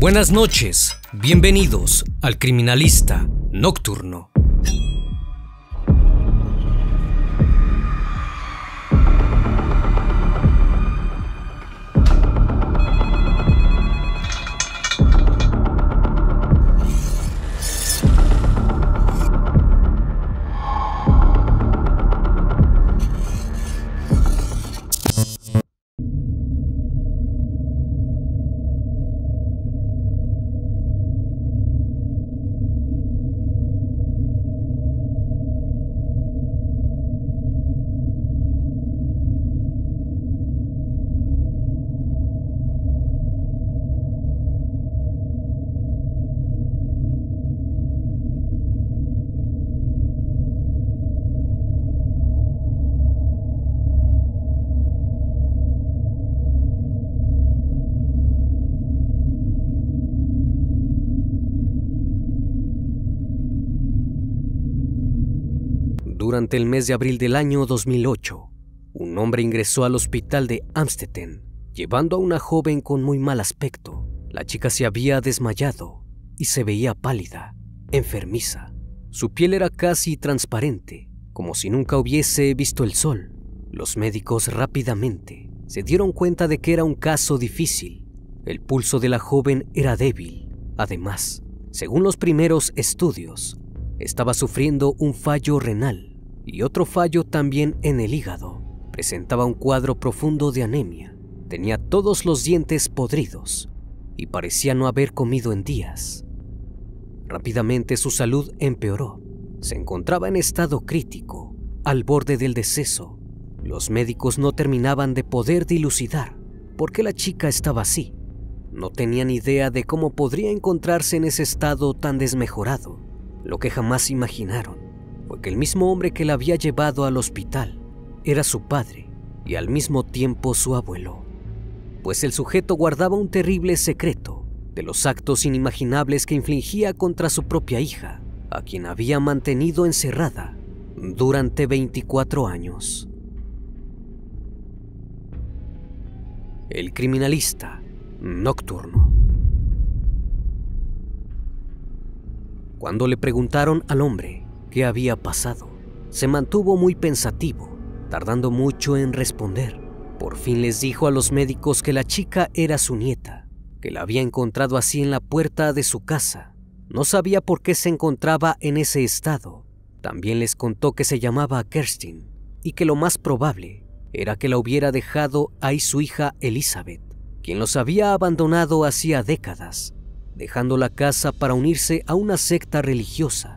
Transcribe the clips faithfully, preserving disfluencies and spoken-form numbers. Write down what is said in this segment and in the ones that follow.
Buenas noches, bienvenidos al Criminalista Nocturno. Durante el mes de abril del año dos mil ocho, un hombre ingresó al hospital de Amstetten, llevando a una joven con muy mal aspecto. La chica se había desmayado y se veía pálida, enfermiza. Su piel era casi transparente, como si nunca hubiese visto el sol. Los médicos rápidamente se dieron cuenta de que era un caso difícil. El pulso de la joven era débil. Además, según los primeros estudios, estaba sufriendo un fallo renal y otro fallo también en el hígado. Presentaba un cuadro profundo de anemia. Tenía todos los dientes podridos y parecía no haber comido en días. Rápidamente su salud empeoró. Se encontraba en estado crítico, al borde del deceso. Los médicos no terminaban de poder dilucidar por qué la chica estaba así. No tenían idea de cómo podría encontrarse en ese estado tan desmejorado. Lo que jamás imaginaron fue que el mismo hombre que la había llevado al hospital era su padre y al mismo tiempo su abuelo, pues el sujeto guardaba un terrible secreto de los actos inimaginables que infligía contra su propia hija, a quien había mantenido encerrada durante veinticuatro años. El Criminalista Nocturno. Cuando le preguntaron al hombre qué había pasado, se mantuvo muy pensativo, tardando mucho en responder. Por fin les dijo a los médicos que la chica era su nieta, que la había encontrado así en la puerta de su casa. No sabía por qué se encontraba en ese estado. También les contó que se llamaba Kerstin y que lo más probable era que la hubiera dejado ahí su hija Elizabeth, quien los había abandonado hacía décadas, dejando la casa para unirse a una secta religiosa.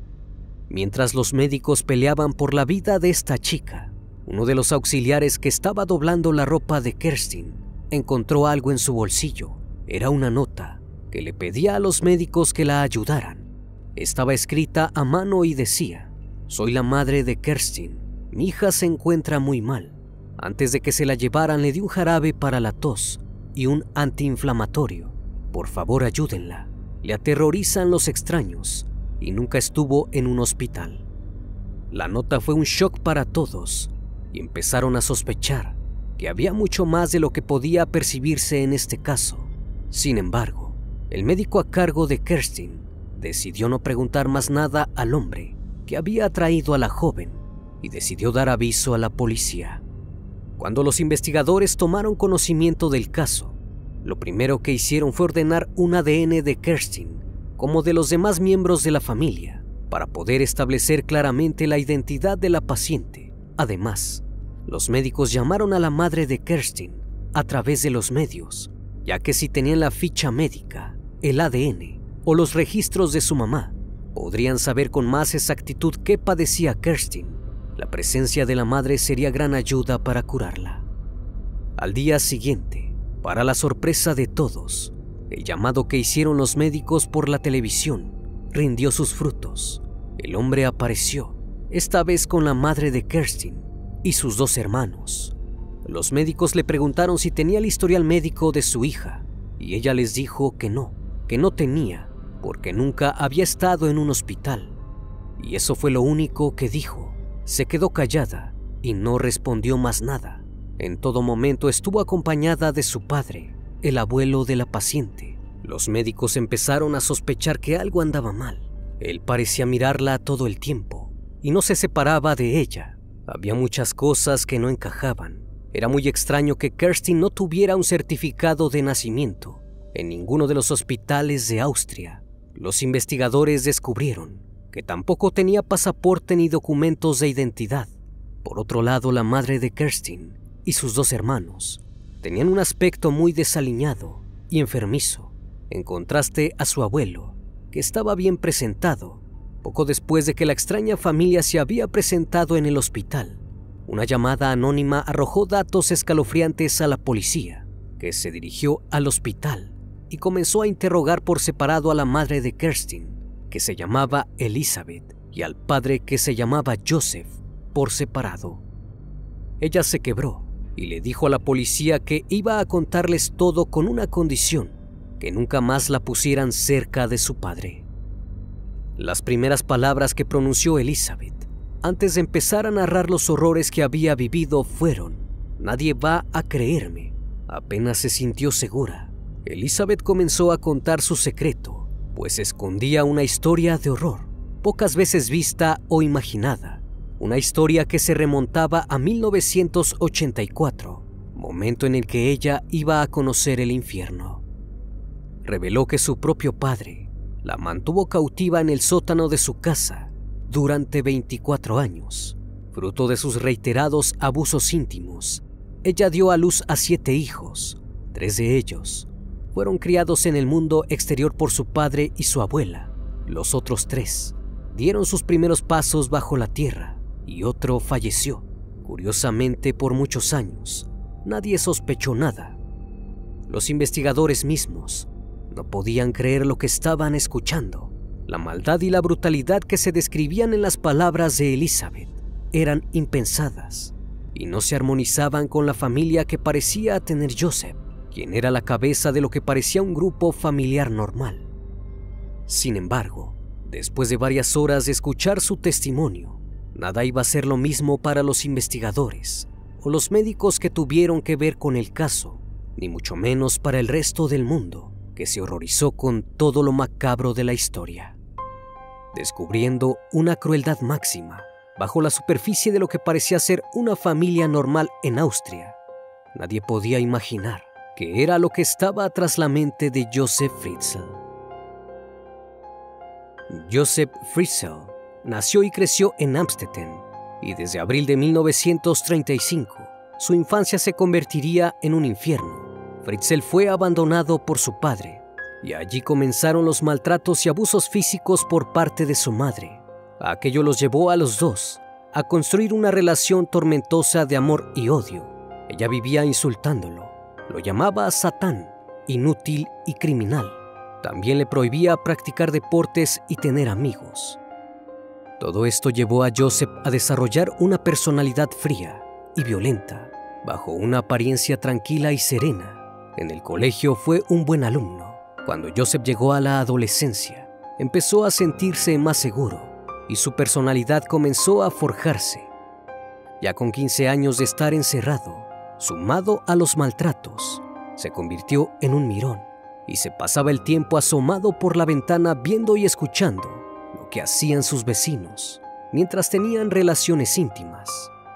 Mientras los médicos peleaban por la vida de esta chica, uno de los auxiliares que estaba doblando la ropa de Kerstin encontró algo en su bolsillo. Era una nota que le pedía a los médicos que la ayudaran. Estaba escrita a mano y decía: «Soy la madre de Kerstin. Mi hija se encuentra muy mal. Antes de que se la llevaran le di un jarabe para la tos y un antiinflamatorio. Por favor, ayúdenla. Le aterrorizan los extraños y nunca estuvo en un hospital». La nota fue un shock para todos y empezaron a sospechar que había mucho más de lo que podía percibirse en este caso. Sin embargo, el médico a cargo de Kerstin decidió no preguntar más nada al hombre que había traído a la joven y decidió dar aviso a la policía. Cuando los investigadores tomaron conocimiento del caso, lo primero que hicieron fue ordenar un A D N de Kerstin como de los demás miembros de la familia para poder establecer claramente la identidad de la paciente. Además, los médicos llamaron a la madre de Kerstin a través de los medios, ya que si tenían la ficha médica, el A D N o los registros de su mamá, podrían saber con más exactitud qué padecía Kerstin. La presencia de la madre sería gran ayuda para curarla. Al día siguiente, para la sorpresa de todos, el llamado que hicieron los médicos por la televisión rindió sus frutos. El hombre apareció, esta vez con la madre de Kerstin y sus dos hermanos. Los médicos le preguntaron si tenía el historial médico de su hija, y ella les dijo que no, que no tenía, porque nunca había estado en un hospital. Y eso fue lo único que dijo. Se quedó callada y no respondió más nada. En todo momento estuvo acompañada de su padre, el abuelo de la paciente. Los médicos empezaron a sospechar que algo andaba mal. Él parecía mirarla todo el tiempo y no se separaba de ella. Había muchas cosas que no encajaban. Era muy extraño que Kerstin no tuviera un certificado de nacimiento en ninguno de los hospitales de Austria. Los investigadores descubrieron que tampoco tenía pasaporte ni documentos de identidad. Por otro lado, la madre de Kerstin y sus dos hermanos tenían un aspecto muy desaliñado y enfermizo, en contraste a su abuelo, que estaba bien presentado. Poco después de que la extraña familia se había presentado en el hospital, una llamada anónima arrojó datos escalofriantes a la policía, que se dirigió al hospital y comenzó a interrogar por separado a la madre de Kerstin, que se llamaba Elizabeth, y al padre, que se llamaba Joseph, por separado. Ella se quebró y le dijo a la policía que iba a contarles todo con una condición: que nunca más la pusieran cerca de su padre. Las primeras palabras que pronunció Elizabeth antes de empezar a narrar los horrores que había vivido fueron: «Nadie va a creerme». Apenas se sintió segura, Elizabeth comenzó a contar su secreto, pues escondía una historia de horror, pocas veces vista o imaginada. Una historia que se remontaba a mil novecientos ochenta y cuatro, momento en el que ella iba a conocer el infierno. Reveló que su propio padre la mantuvo cautiva en el sótano de su casa durante veinticuatro años. Fruto de sus reiterados abusos íntimos, ella dio a luz a siete hijos. Tres de ellos fueron criados en el mundo exterior por su padre y su abuela. Los otros tres dieron sus primeros pasos bajo la tierra y otro falleció. Curiosamente, por muchos años, nadie sospechó nada. Los investigadores mismos no podían creer lo que estaban escuchando. La maldad y la brutalidad que se describían en las palabras de Elizabeth eran impensadas y no se armonizaban con la familia que parecía tener Joseph, quien era la cabeza de lo que parecía un grupo familiar normal. Sin embargo, después de varias horas de escuchar su testimonio, nada iba a ser lo mismo para los investigadores o los médicos que tuvieron que ver con el caso, ni mucho menos para el resto del mundo, que se horrorizó con todo lo macabro de la historia, descubriendo una crueldad máxima bajo la superficie de lo que parecía ser una familia normal en Austria. Nadie podía imaginar qué era lo que estaba tras la mente de Joseph Fritzl. Joseph Fritzl nació y creció en Amstetten, y desde abril de mil novecientos treinta y cinco su infancia se convertiría en un infierno. Fritzl fue abandonado por su padre, y allí comenzaron los maltratos y abusos físicos por parte de su madre. Aquello los llevó a los dos a construir una relación tormentosa de amor y odio. Ella vivía insultándolo, lo llamaba Satán, inútil y criminal. También le prohibía practicar deportes y tener amigos. Todo esto llevó a Joseph a desarrollar una personalidad fría y violenta, bajo una apariencia tranquila y serena. En el colegio fue un buen alumno. Cuando Joseph llegó a la adolescencia, empezó a sentirse más seguro y su personalidad comenzó a forjarse. Ya con quince años de estar encerrado, sumado a los maltratos, se convirtió en un mirón y se pasaba el tiempo asomado por la ventana viendo y escuchando lo que hacían sus vecinos mientras tenían relaciones íntimas.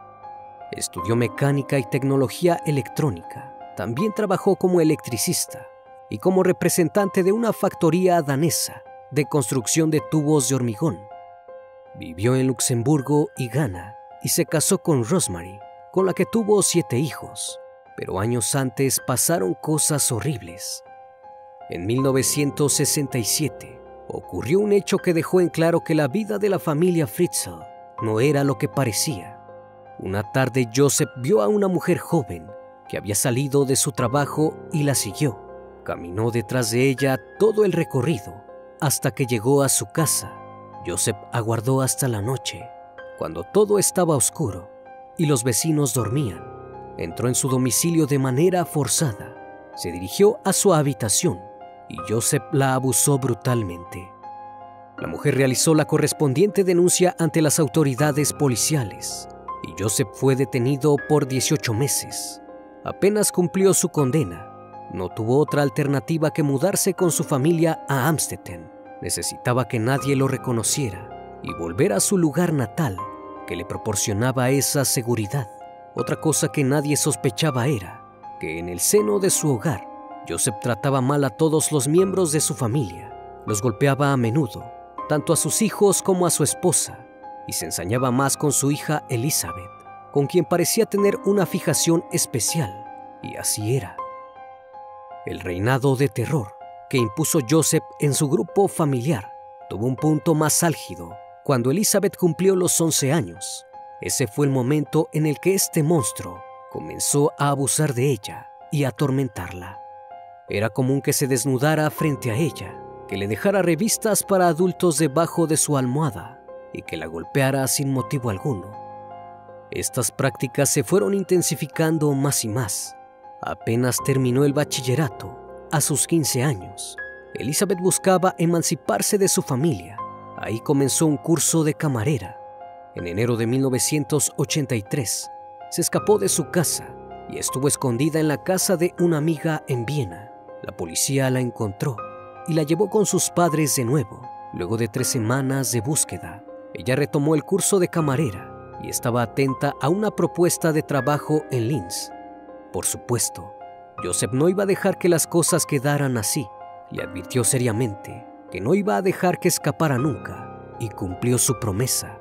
Estudió mecánica y tecnología electrónica. También trabajó como electricista y como representante de una factoría danesa de construcción de tubos de hormigón. Vivió en Luxemburgo y Ghana y se casó con Rosemary, con la que tuvo siete hijos. Pero años antes pasaron cosas horribles. En mil novecientos sesenta y siete ocurrió un hecho que dejó en claro que la vida de la familia Fritzl no era lo que parecía. Una tarde Joseph vio a una mujer joven que había salido de su trabajo y la siguió. Caminó detrás de ella todo el recorrido hasta que llegó a su casa. Joseph aguardó hasta la noche, cuando todo estaba oscuro y los vecinos dormían. Entró en su domicilio de manera forzada. Se dirigió a su habitación y Joseph la abusó brutalmente. La mujer realizó la correspondiente denuncia ante las autoridades policiales y Joseph fue detenido por dieciocho meses. Apenas cumplió su condena No tuvo otra alternativa que mudarse con su familia a Amstetten. Necesitaba que nadie lo reconociera y volver a su lugar natal, que le proporcionaba esa seguridad. Otra cosa que nadie sospechaba era que en el seno de su hogar, Joseph trataba mal a todos los miembros de su familia. Los golpeaba a menudo, tanto a sus hijos como a su esposa, y se ensañaba más con su hija Elizabeth, con quien parecía tener una fijación especial, y así era. El reinado de terror que impuso Joseph en su grupo familiar tuvo un punto más álgido cuando Elizabeth cumplió los once años. Ese fue el momento en el que este monstruo comenzó a abusar de ella y a atormentarla. Era común que se desnudara frente a ella, que le dejara revistas para adultos debajo de su almohada y que la golpeara sin motivo alguno. Estas prácticas se fueron intensificando más y más. Apenas terminó el bachillerato, a sus quince años, Elizabeth buscaba emanciparse de su familia. Ahí comenzó un curso de camarera. En enero de mil novecientos ochenta y tres, se escapó de su casa y estuvo escondida en la casa de una amiga en Viena. La policía la encontró y la llevó con sus padres de nuevo. Luego de tres semanas de búsqueda, ella retomó el curso de camarera y estaba atenta a una propuesta de trabajo en Linz. Por supuesto, Joseph no iba a dejar que las cosas quedaran así. Le advirtió seriamente que no iba a dejar que escapara nunca y cumplió su promesa.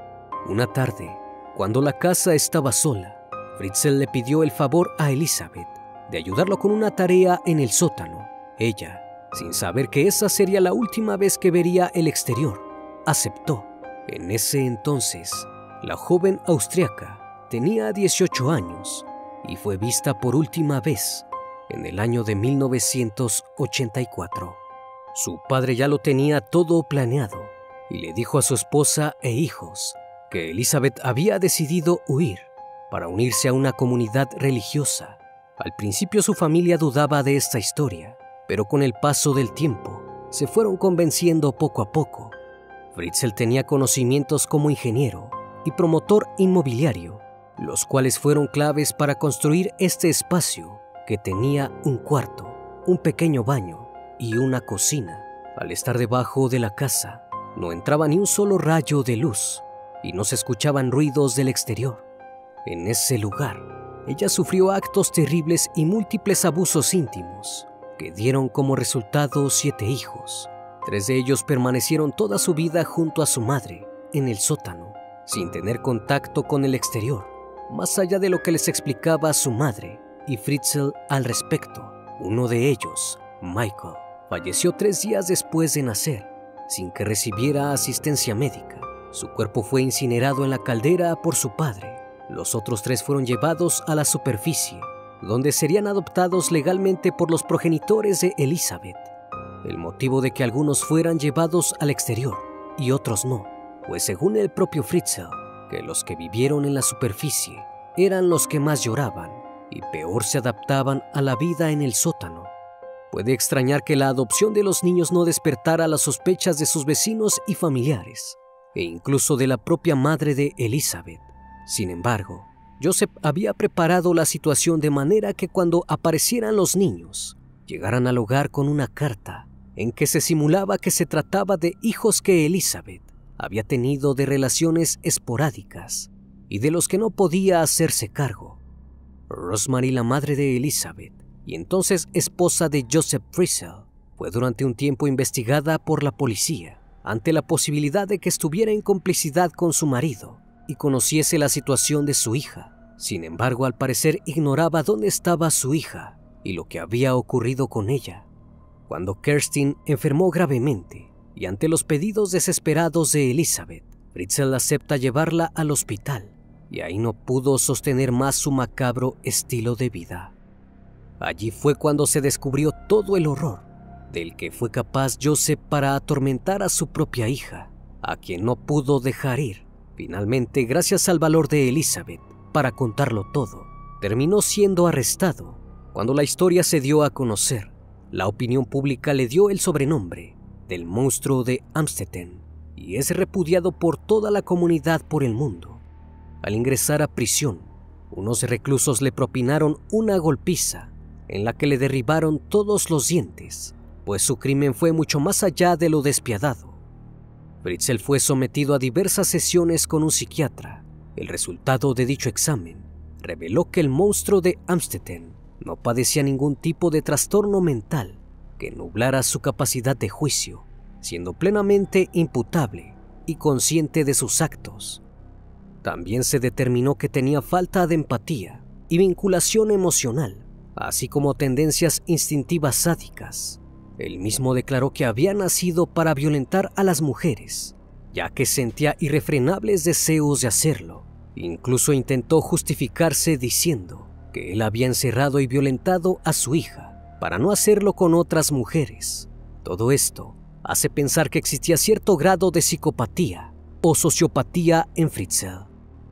Una tarde, cuando la casa estaba sola, Fritzl le pidió el favor a Elizabeth de ayudarlo con una tarea en el sótano. Ella, sin saber que esa sería la última vez que vería el exterior, aceptó. En ese entonces, la joven austriaca tenía dieciocho años y fue vista por última vez en el año de mil novecientos ochenta y cuatro. Su padre ya lo tenía todo planeado y le dijo a su esposa e hijos que Elizabeth había decidido huir para unirse a una comunidad religiosa. Al principio su familia dudaba de esta historia, pero con el paso del tiempo se fueron convenciendo poco a poco. Fritzl tenía conocimientos como ingeniero y promotor inmobiliario, los cuales fueron claves para construir este espacio que tenía un cuarto, un pequeño baño y una cocina. Al estar debajo de la casa, no entraba ni un solo rayo de luz y no se escuchaban ruidos del exterior. En ese lugar, ella sufrió actos terribles y múltiples abusos íntimos que dieron como resultado siete hijos. Tres de ellos permanecieron toda su vida junto a su madre en el sótano, sin tener contacto con el exterior, más allá de lo que les explicaba su madre y Fritzl al respecto. Uno de ellos, Michael, falleció tres días después de nacer, sin que recibiera asistencia médica. Su cuerpo fue incinerado en la caldera por su padre. Los otros tres fueron llevados a la superficie, donde serían adoptados legalmente por los progenitores de Elizabeth. El motivo de que algunos fueran llevados al exterior y otros no, pues según el propio Fritzl, que los que vivieron en la superficie eran los que más lloraban y peor se adaptaban a la vida en el sótano. Puede extrañar que la adopción de los niños no despertara las sospechas de sus vecinos y familiares, e incluso de la propia madre de Elizabeth. Sin embargo, Joseph había preparado la situación de manera que cuando aparecieran los niños, llegaran al hogar con una carta en que se simulaba que se trataba de hijos que Elizabeth había tenido de relaciones esporádicas y de los que no podía hacerse cargo. Rosemary, la madre de Elizabeth y entonces esposa de Joseph Fritzl, fue durante un tiempo investigada por la policía ante la posibilidad de que estuviera en complicidad con su marido y conociese la situación de su hija. Sin embargo, al parecer ignoraba dónde estaba su hija y lo que había ocurrido con ella. Cuando Kerstin enfermó gravemente y ante los pedidos desesperados de Elizabeth, Fritzl acepta llevarla al hospital y ahí no pudo sostener más su macabro estilo de vida. Allí fue cuando se descubrió todo el horror del que fue capaz Joseph para atormentar a su propia hija, a quien no pudo dejar ir. Finalmente, gracias al valor de Elizabeth para contarlo todo, terminó siendo arrestado. Cuando la historia se dio a conocer, la opinión pública le dio el sobrenombre del monstruo de Amstetten y es repudiado por toda la comunidad por el mundo. Al ingresar a prisión, unos reclusos le propinaron una golpiza en la que le derribaron todos los dientes, pues su crimen fue mucho más allá de lo despiadado. Fritzl fue sometido a diversas sesiones con un psiquiatra. El resultado de dicho examen reveló que el monstruo de Amstetten no padecía ningún tipo de trastorno mental que nublara su capacidad de juicio, siendo plenamente imputable y consciente de sus actos. También se determinó que tenía falta de empatía y vinculación emocional, así como tendencias instintivas sádicas. Él mismo declaró que había nacido para violentar a las mujeres, ya que sentía irrefrenables deseos de hacerlo. Incluso intentó justificarse diciendo que él había encerrado y violentado a su hija para no hacerlo con otras mujeres. Todo esto hace pensar que existía cierto grado de psicopatía o sociopatía en Fritzl.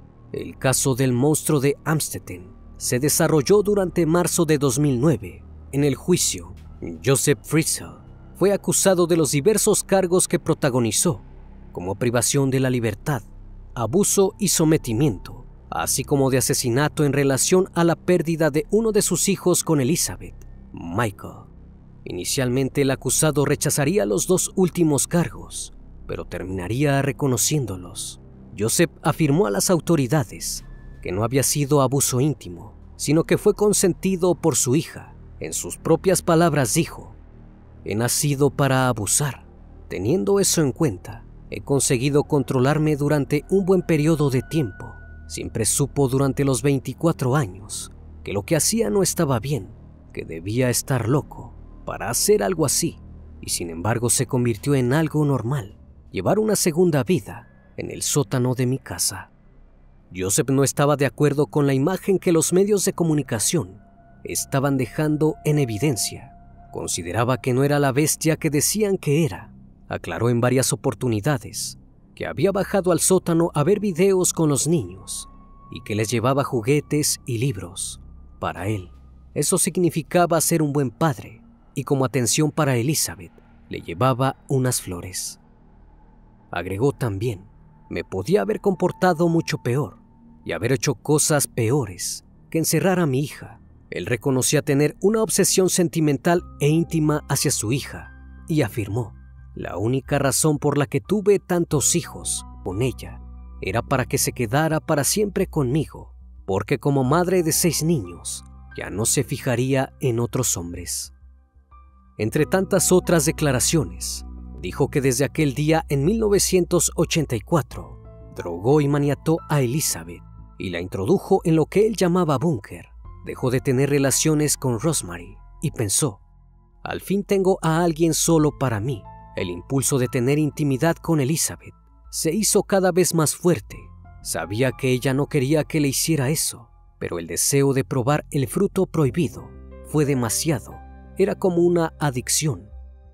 El caso del monstruo de Amstetten se desarrolló durante marzo de dos mil nueve. En el juicio, Joseph Fritzl fue acusado de los diversos cargos que protagonizó, como privación de la libertad, abuso y sometimiento, así como de asesinato en relación a la pérdida de uno de sus hijos con Elizabeth, Michael. Inicialmente el acusado rechazaría los dos últimos cargos, pero terminaría reconociéndolos. Joseph afirmó a las autoridades que no había sido abuso íntimo, sino que fue consentido por su hija. En sus propias palabras dijo: «He nacido para abusar. Teniendo eso en cuenta, he conseguido controlarme durante un buen periodo de tiempo. Siempre supo durante los veinticuatro años que lo que hacía no estaba bien, que debía estar loco para hacer algo así, y sin embargo se convirtió en algo normal, llevar una segunda vida en el sótano de mi casa». Joseph no estaba de acuerdo con la imagen que los medios de comunicación estaban dejando en evidencia. Consideraba que no era la bestia que decían que era. Aclaró en varias oportunidades que había bajado al sótano a ver videos con los niños y que les llevaba juguetes y libros. Para él, eso significaba ser un buen padre, y como atención para Elizabeth, le llevaba unas flores. Agregó también: «Me podía haber comportado mucho peor y haber hecho cosas peores que encerrar a mi hija». Él reconocía tener una obsesión sentimental e íntima hacia su hija y afirmó: «La única razón por la que tuve tantos hijos con ella era para que se quedara para siempre conmigo, porque como madre de seis niños ya no se fijaría en otros hombres». Entre tantas otras declaraciones, dijo que desde aquel día en mil novecientos ochenta y cuatro drogó y maniató a Elizabeth y la introdujo en lo que él llamaba búnker. Dejó de tener relaciones con Rosemary y pensó: «Al fin tengo a alguien solo para mí». El impulso de tener intimidad con Elizabeth se hizo cada vez más fuerte. Sabía que ella no quería que le hiciera eso, pero el deseo de probar el fruto prohibido fue demasiado. Era como una adicción.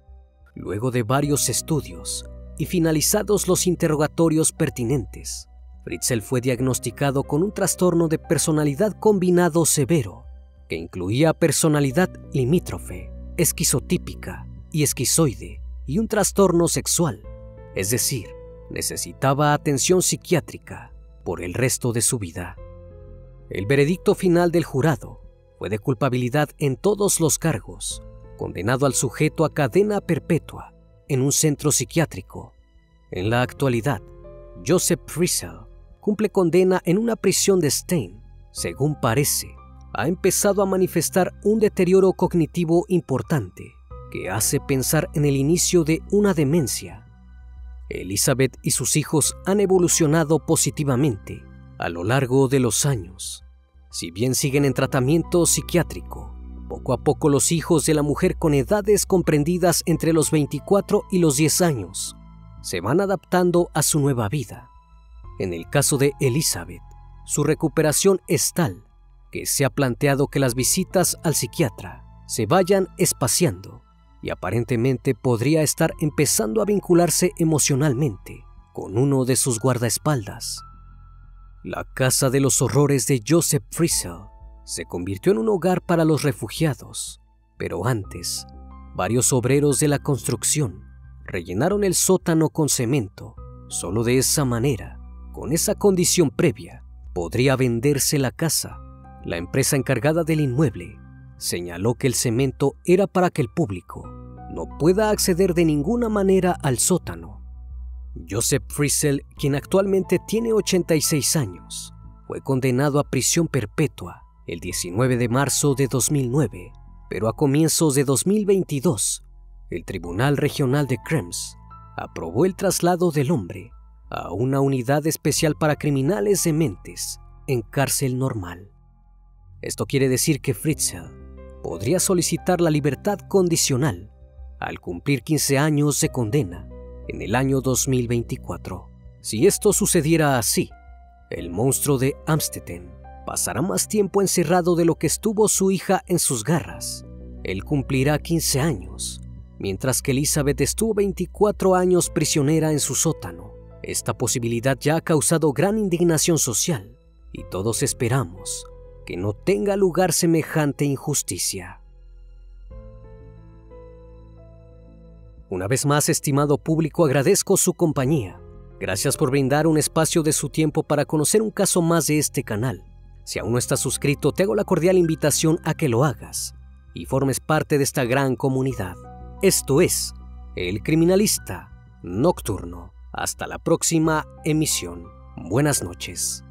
Luego de varios estudios y finalizados los interrogatorios pertinentes, Fritzl fue diagnosticado con un trastorno de personalidad combinado severo, que incluía personalidad limítrofe, esquizotípica y esquizoide, y un trastorno sexual, es decir, necesitaba atención psiquiátrica por el resto de su vida. El veredicto final del jurado fue de culpabilidad en todos los cargos, condenado al sujeto a cadena perpetua en un centro psiquiátrico. En la actualidad, Joseph Fritzl cumple condena en una prisión de Stein. Según parece, ha empezado a manifestar un deterioro cognitivo importante que hace pensar en el inicio de una demencia. Elizabeth y sus hijos han evolucionado positivamente a lo largo de los años. Si bien siguen en tratamiento psiquiátrico, poco a poco los hijos de la mujer con edades comprendidas entre los veinticuatro y los diez años se van adaptando a su nueva vida. En el caso de Elizabeth, su recuperación es tal que se ha planteado que las visitas al psiquiatra se vayan espaciando y aparentemente podría estar empezando a vincularse emocionalmente con uno de sus guardaespaldas. La casa de los horrores de Joseph Fritzl se convirtió en un hogar para los refugiados, pero antes, varios obreros de la construcción rellenaron el sótano con cemento. Solo de esa manera, con esa condición previa, podría venderse la casa. La empresa encargada del inmueble señaló que el cemento era para que el público no pueda acceder de ninguna manera al sótano. Joseph Fritzl, quien actualmente tiene ochenta y seis años, fue condenado a prisión perpetua el diecinueve de marzo de dos mil nueve, pero a comienzos de dos mil veintidós, el Tribunal Regional de Krems aprobó el traslado del hombre a una unidad especial para criminales dementes en cárcel normal. Esto quiere decir que Fritzl podría solicitar la libertad condicional al cumplir quince años de condena en el año dos mil veinticuatro. Si esto sucediera así, el monstruo de Amstetten pasará más tiempo encerrado de lo que estuvo su hija en sus garras. Él cumplirá quince años, mientras que Elizabeth estuvo veinticuatro años prisionera en su sótano. Esta posibilidad ya ha causado gran indignación social y todos esperamos que no tenga lugar semejante injusticia. Una vez más, estimado público, agradezco su compañía. Gracias por brindar un espacio de su tiempo para conocer un caso más de este canal. Si aún no estás suscrito, te hago la cordial invitación a que lo hagas y formes parte de esta gran comunidad. Esto es El Criminalista Nocturno. Hasta la próxima emisión. Buenas noches.